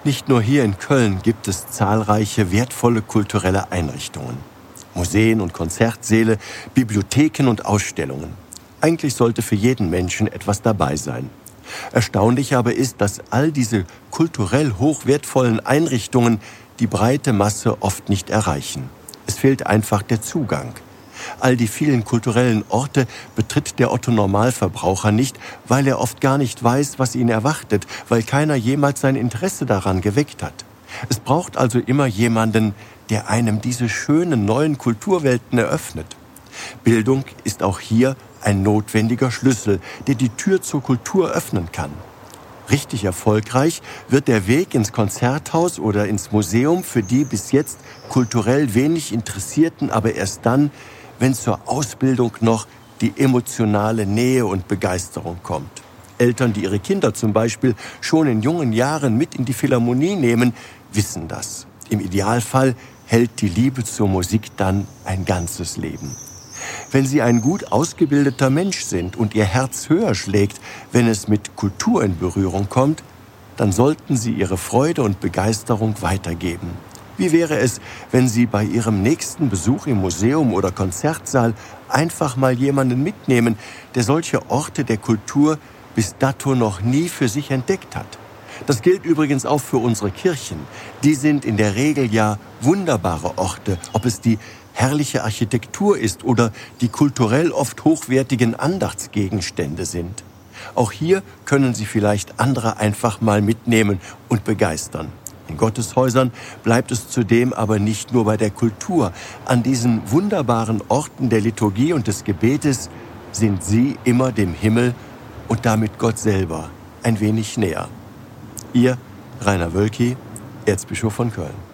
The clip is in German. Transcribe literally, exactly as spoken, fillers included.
Nicht nur hier in Köln gibt es zahlreiche wertvolle kulturelle Einrichtungen. Museen und Konzertsäle, Bibliotheken und Ausstellungen. Eigentlich sollte für jeden Menschen etwas dabei sein. Erstaunlich aber ist, dass all diese kulturell hochwertvollen Einrichtungen die breite Masse oft nicht erreichen. Es fehlt einfach der Zugang. All die vielen kulturellen Orte betritt der Otto-Normalverbraucher nicht, weil er oft gar nicht weiß, was ihn erwartet, weil keiner jemals sein Interesse daran geweckt hat. Es braucht also immer jemanden, der einem diese schönen neuen Kulturwelten eröffnet. Bildung ist auch hier ein notwendiger Schlüssel, der die Tür zur Kultur öffnen kann. Richtig erfolgreich wird der Weg ins Konzerthaus oder ins Museum für die bis jetzt kulturell wenig Interessierten, aber erst dann, wenn zur Ausbildung noch die emotionale Nähe und Begeisterung kommt. Eltern, die ihre Kinder zum Beispiel schon in jungen Jahren mit in die Philharmonie nehmen, wissen das. Im Idealfall hält die Liebe zur Musik dann ein ganzes Leben. Wenn Sie ein gut ausgebildeter Mensch sind und Ihr Herz höher schlägt, wenn es mit Kultur in Berührung kommt, dann sollten Sie Ihre Freude und Begeisterung weitergeben. Wie wäre es, wenn Sie bei Ihrem nächsten Besuch im Museum oder Konzertsaal einfach mal jemanden mitnehmen, der solche Orte der Kultur bis dato noch nie für sich entdeckt hat? Das gilt übrigens auch für unsere Kirchen. Die sind in der Regel ja wunderbare Orte, ob es die herrliche Architektur ist oder die kulturell oft hochwertigen Andachtsgegenstände sind. Auch hier können Sie vielleicht andere einfach mal mitnehmen und begeistern. In Gotteshäusern bleibt es zudem aber nicht nur bei der Kultur. An diesen wunderbaren Orten der Liturgie und des Gebetes sind Sie immer dem Himmel und damit Gott selber ein wenig näher. Ihr Rainer Wölki, Erzbischof von Köln.